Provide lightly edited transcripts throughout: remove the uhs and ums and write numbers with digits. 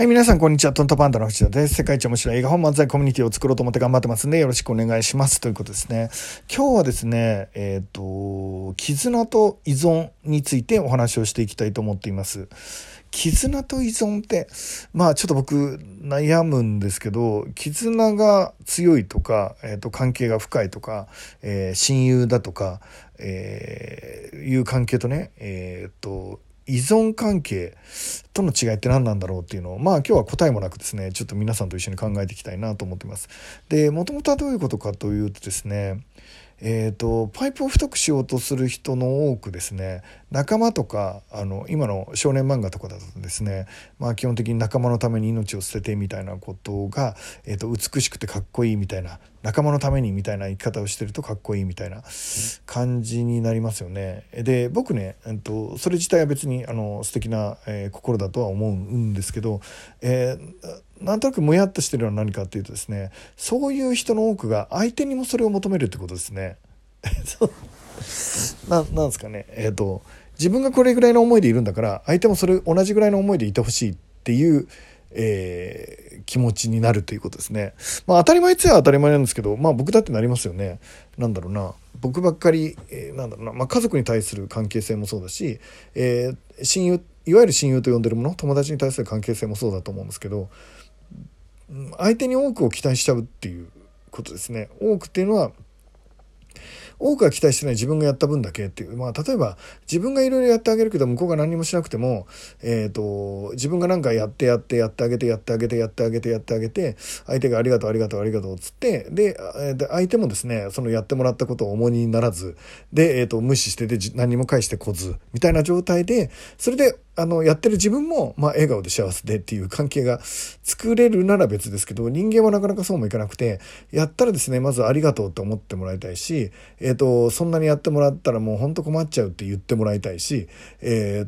はい、皆さんこんにちは。トントパンダの藤田です。世界一面白い映画本漫才コミュニティを作ろうと思って頑張ってますんで、よろしくお願いしますということですね。今日はですね、絆と依存についてお話をしていきたいと思っています。絆と依存って、ちょっと僕悩むんですけど、絆が強いとか、関係が深いとか、親友だとか、いう関係とね、依存関係との違いって何なんだろうっていうのを今日は答えもなくですね、ちょっと皆さんと一緒に考えていきたいなと思っています。で、もともとはどういうことかというとですね、パイプを太くしようとする人の多くですね、仲間とか今の少年漫画とかだとですね、基本的に仲間のために命を捨ててみたいなことが、美しくてかっこいいみたいな、仲間のためにみたいな生き方をしてるとかっこいいみたいな感じになりますよね。で、僕ね、それ自体は別に素敵な、心だとは思うんですけど、なんとなくもやっとしてるのは何かっていうとですね、そういう人の多くが相手にもそれを求めるってことですね。なんですかね、自分がこれぐらいの思いでいるんだから相手もそれ同じぐらいの思いでいてほしいっていう、気持ちになるということですね。当たり前っちゃ当たり前なんですけど、僕だってなりますよね。僕ばっかり、家族に対する関係性もそうだし、親友、いわゆる親友と呼んでるもの、友達に対する関係性もそうだと思うんですけど、相手に多くを期待しちゃうっていうことですね。多くっていうのは、多くは期待してない自分がやった分だけっていう、例えば自分がいろいろやってあげるけど向こうが何もしなくても、自分が何かやってあげて相手がありがとうっつってで、相手もですねそのやってもらったことを重荷にならずで、無視して何も返してこずみたいな状態で、それでやってる自分も笑顔で幸せでっていう関係が作れるなら別ですけど、人間はなかなかそうもいかなくて、やったらですねまずありがとうと思ってもらいたいし、そんなにやってもらったらもう本当困っちゃうって言ってもらいたいし、こ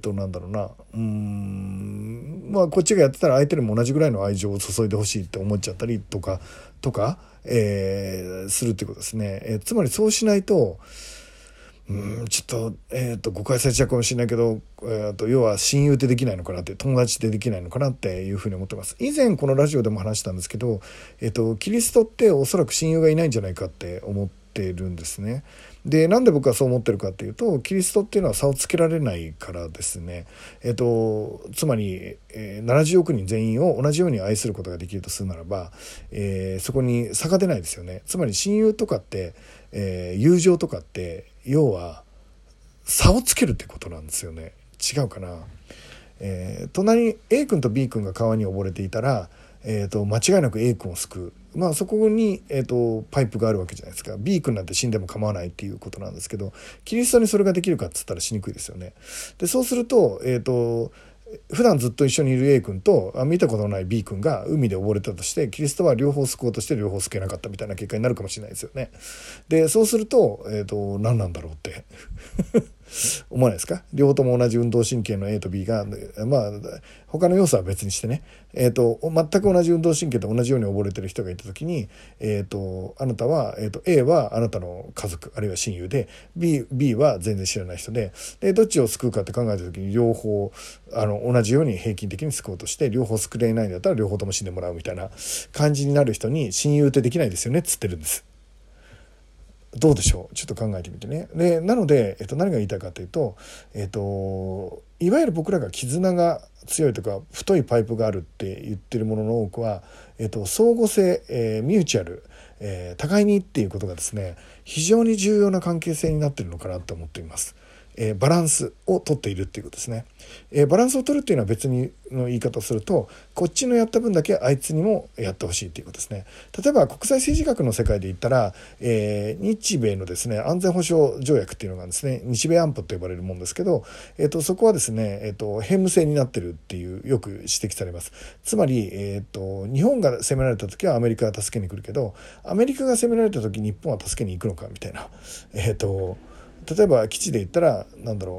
っちがやってたら相手にも同じぐらいの愛情を注いでほしいって思っちゃったりとか、するってことですね。つまりそうしないとちょっと、誤解されちゃうかもしれないけど、要は親友ってできないのかなって、友達ってできないのかなっていうふうに思ってます。以前このラジオでも話したんですけど、キリストっておそらく親友がいないんじゃないかって思ってるんですね。で、なんで僕はそう思ってるかっていうと、キリストっていうのは差をつけられないからですね。つまり、70億人全員を同じように愛することができるとするならば、そこに差が出ないですよね。つまり親友とかって、友情とかって要は差をつけるってことなんですよね。違うかな。隣に A 君と B 君が川に溺れていたら、間違いなく A 君を救う。そこに、パイプがあるわけじゃないですか。B 君なんて死んでも構わないっていうことなんですけど、キリストにそれができるかっつったらしにくいですよね。で、そうすると、普段ずっと一緒にいる A 君と見たことのない B 君が海で溺れたとして、キリストは両方救おうとして両方救えなかったみたいな結果になるかもしれないですよね。で、そうすると、何なんだろうって思わないですか。両方とも同じ運動神経の A と B が、他の要素は別にしてね、全く同じ運動神経と同じように溺れてる人がいた時に、あなたは、A はあなたの家族あるいは親友で B は全然知らない人で、どっちを救うかって考えた時に両方同じように平均的に救おうとして、両方救えないんだったら両方とも死んでもらうみたいな感じになる人に親友ってできないですよねっつってるんです。どうでしょう、ちょっと考えてみてね。で、なので、何が言いたいかというと、いわゆる僕らが絆が強いとか太いパイプがあるって言ってるものの多くは、相互性、ミューチュアル、互いにっていうことがですね非常に重要な関係性になっているのかなと思っています。バランスを取っているっていうことですね。バランスを取るっていうのは別にの言い方をすると、こっちのやった分だけあいつにもやってほしいっていうことですね。例えば国際政治学の世界で言ったら、日米のですね安全保障条約っていうのがですね日米安保と呼ばれるものですけど、そこはですね、併務制になってるっていうよく指摘されます。つまり、日本が攻められた時はアメリカが助けに来るけど、アメリカが攻められた時日本は助けに行くのかみたいな、例えば基地で言ったら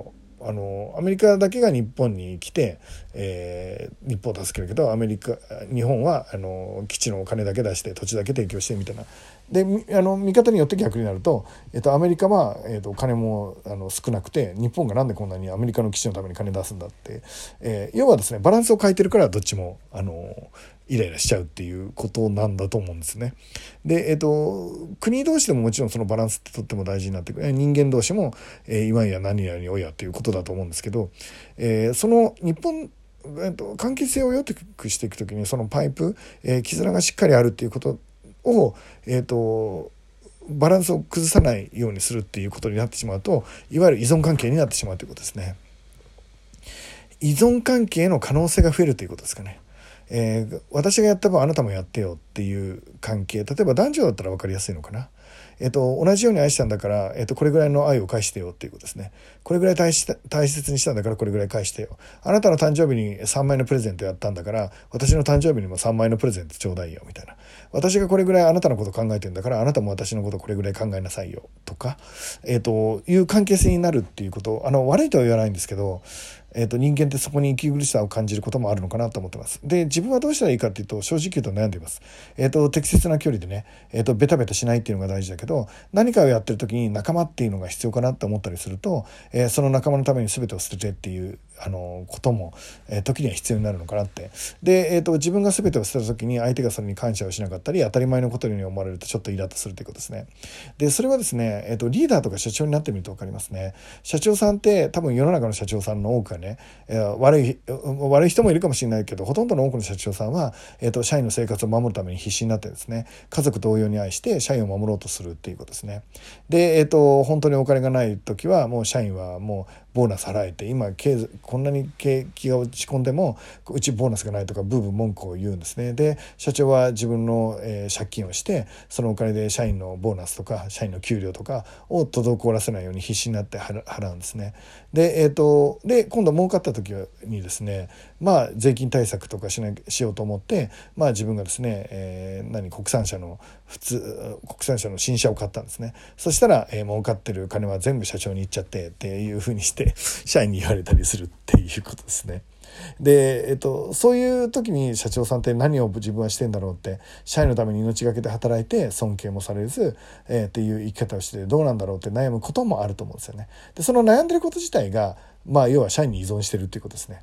アメリカだけが日本に来て、日本を助けるけど日本は基地のお金だけ出して土地だけ提供してみたいな。で見方によって逆になると、アメリカは、お金も少なくて、日本がなんでこんなにアメリカの基地のために金出すんだって、要はですねバランスを変えてるからどっちもイライラしちゃうっていうことなんだと思うんですね。で、国同士でももちろんそのバランスってとっても大事になってくる。人間同士も、今や何々をやっていうことだと思うんですけど、その日本関係性を良くしていくときにそのパイプ、絆がしっかりあるっていうことを、バランスを崩さないようにするっていうことになってしまうと、いわゆる依存関係になってしまうということですね。依存関係の可能性が増えるということですかね。私がやった分あなたもやってよっていう関係、例えば男女だったら分かりやすいのかな。同じように愛したんだから、これぐらいの愛を返してよっていうことですね。これぐらい大切にしたんだからこれぐらい返してよ。あなたの誕生日に3万円のプレゼントやったんだから、私の誕生日にも3万円のプレゼントちょうだいよみたいな。私がこれぐらいあなたのこと考えてるんだから、あなたも私のことこれぐらい考えなさいよとか、いう関係性になるっていうこと、悪いとは言わないんですけど、人間ってそこに息苦しさを感じることもあるのかなと思ってます。で、自分はどうしたらいいかっていうと、正直言うと悩んでいます。適切な距離でね、ベタベタしないっていうのが大事だけど、何かをやってる時に仲間っていうのが必要かなって思ったりすると、その仲間のために全てを捨ててっていうことも、時には必要になるのかなって。で、自分が全てを捨てた時に相手がそれに感謝をしなかったり、当たり前のことに思われるとちょっとイラッとするということですね。で、それはですね、リーダーとか社長になってみると分かりますね。社長さんって多分世の中の社長さんの多くはね、悪い人もいるかもしれないけど、ほとんどの多くの社長さんは、社員の生活を守るために必死になってですね、家族同様に愛して社員を守ろうとするっていうことですね。で、本当にお金がない時はもう社員はもうボーナス払えて、今こんなに景気が落ち込んでもうちボーナスがないとかブーブー文句を言うんですね。で、社長は自分の、借金をしてそのお金で社員のボーナスとか社員の給料とかを滞らせないように必死になって払うんですね。で、今度儲かった時にですね、税金対策とかしようと思って、自分がですね、国産車の新車を買ったんですね。そしたら、儲かってる金は全部社長に行っちゃってっていうふうにして社員に言われたりするっていうことですね。で、そういう時に社長さんって何を自分はしてんだろうって、社員のために命がけで働いて尊敬もされず、っていう生き方をしてどうなんだろうって悩むこともあると思うんですよね。で、その悩んでること自体が、要は社員に依存してるっていうことですね。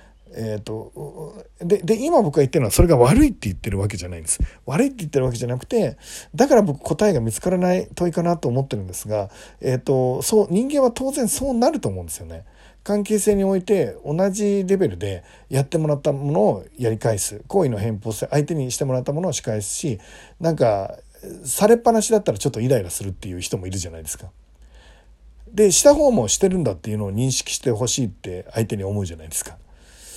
で今僕が言ってるのはそれが悪いって言ってるわけじゃないんです。悪いって言ってるわけじゃなくて、だから僕答えが見つからない問いかなと思ってるんですが、そう人間は当然そうなると思うんですよね。関係性において同じレベルでやってもらったものをやり返す、行為の偏方性、相手にしてもらったものを仕返すし、なんかされっぱなしだったらちょっとイライラするっていう人もいるじゃないですか。で、した方もしてるんだっていうのを認識してほしいって相手に思うじゃないですか。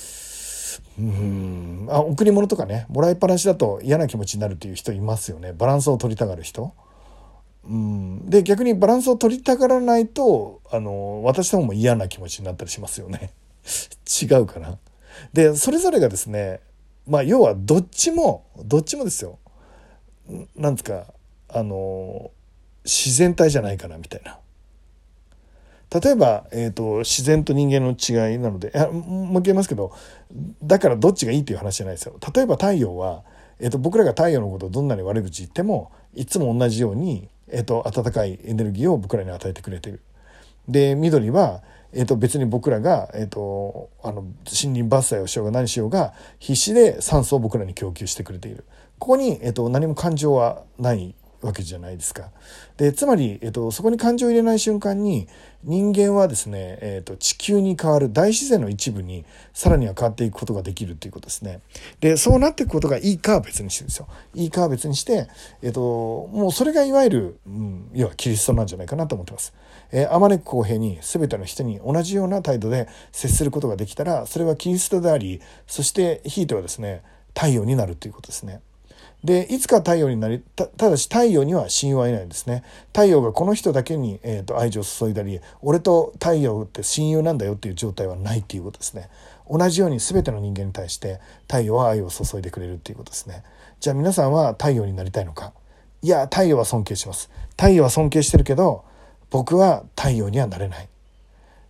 贈り物とかね、もらいっぱなしだと嫌な気持ちになるという人いますよね。バランスを取りたがる人。で、逆にバランスを取りたがらないと私の方も嫌な気持ちになったりしますよね。違うかな。で、それぞれがですね、要はどっちもですよ。なんですか、自然体じゃないかなみたいな。例えば、自然と人間の違いなので、もう一回言いますけど、だからどっちがいいっていう話じゃないですよ。例えば太陽は、僕らが太陽のことをどんなに悪口言ってもいつも同じように、温かいエネルギーを僕らに与えてくれている。で、緑は、別に僕らが、森林伐採をしようが何しようが必死で酸素を僕らに供給してくれている。ここに、何も感情はないわけじゃないですか。で、つまり、そこに感情を入れない瞬間に人間はですね、地球に変わる大自然の一部にさらには変わっていくことができるということですね。で、そうなっていくことがいいかは別にしてですよ。いいかは別にして、もうそれがいわゆる、要はキリストなんじゃないかなと思ってます。あまねく公平に全ての人に同じような態度で接することができたら、それはキリストであり、そしてひいてはですね、太陽になるということですね。で、いつか太陽になり ただし太陽には親友はいないんですね。太陽がこの人だけに、愛情を注いだり、俺と太陽って親友なんだよっていう状態はないっていうことですね。同じように全ての人間に対して太陽は愛を注いでくれるっていうことですね。じゃあ皆さんは太陽になりたいのか。いや、太陽は尊敬します。太陽は尊敬してるけど僕は太陽にはなれない。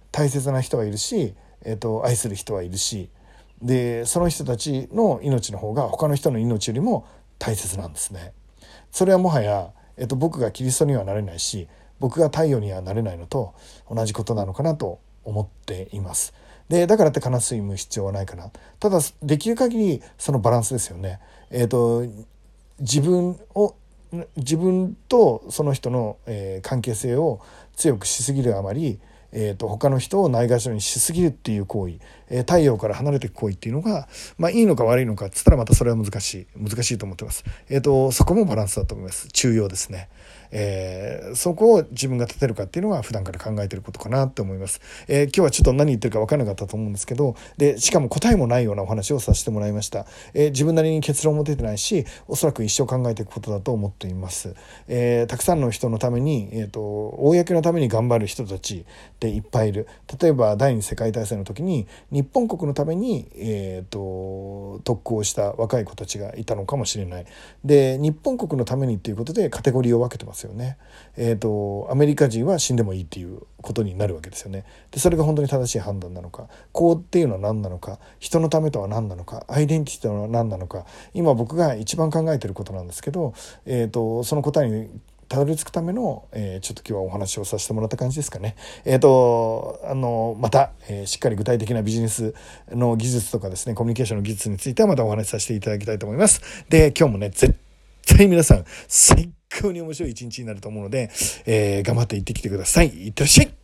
大切な人はいるし、愛する人はいるし、でその人たちの命の方が他の人の命よりも大切なんですね。それはもはや、僕がキリストにはなれないし、僕が太陽にはなれないのと同じことなのかなと思っています。でだからって悲しむ必要はないかな。ただできる限りそのバランスですよね。自分とその人の、関係性を強くしすぎるあまり、他の人をないがしろにしすぎるっていう行為、太陽から離れていく行為っていうのが、いいのか悪いのかっつったらまたそれは難しいと思ってます。そこもバランスだと思います。中庸ですね。そこを自分が立てるかっていうのは普段から考えてることかなって思います。今日はちょっと何言ってるか分からなかったと思うんですけど、でしかも答えもないようなお話をさせてもらいました。自分なりに結論も出てないし、おそらく一生考えていくことだと思っています。たくさんの人のために、公のために頑張る人たちっていっぱいいる。例えば第二次世界大戦の時に日本国のために、特攻をした若い子たちがいたのかもしれない。で日本国のためにっていうことでカテゴリーを分けてますよね。アメリカ人は死んでもいいっていうことになるわけですよね。でそれが本当に正しい判断なのか、こうっていうのは何なのか、人のためとは何なのか、アイデンティティとは何なのか、今僕が一番考えていることなんですけど、その答えにたどり着くための、ちょっと今日はお話をさせてもらった感じですかね。また、しっかり具体的なビジネスの技術とかですね、コミュニケーションの技術についてはまたお話しさせていただきたいと思います。で今日もね絶対皆さん最高に面白い一日になると思うので、頑張って行ってきてください。いってらっしゃい。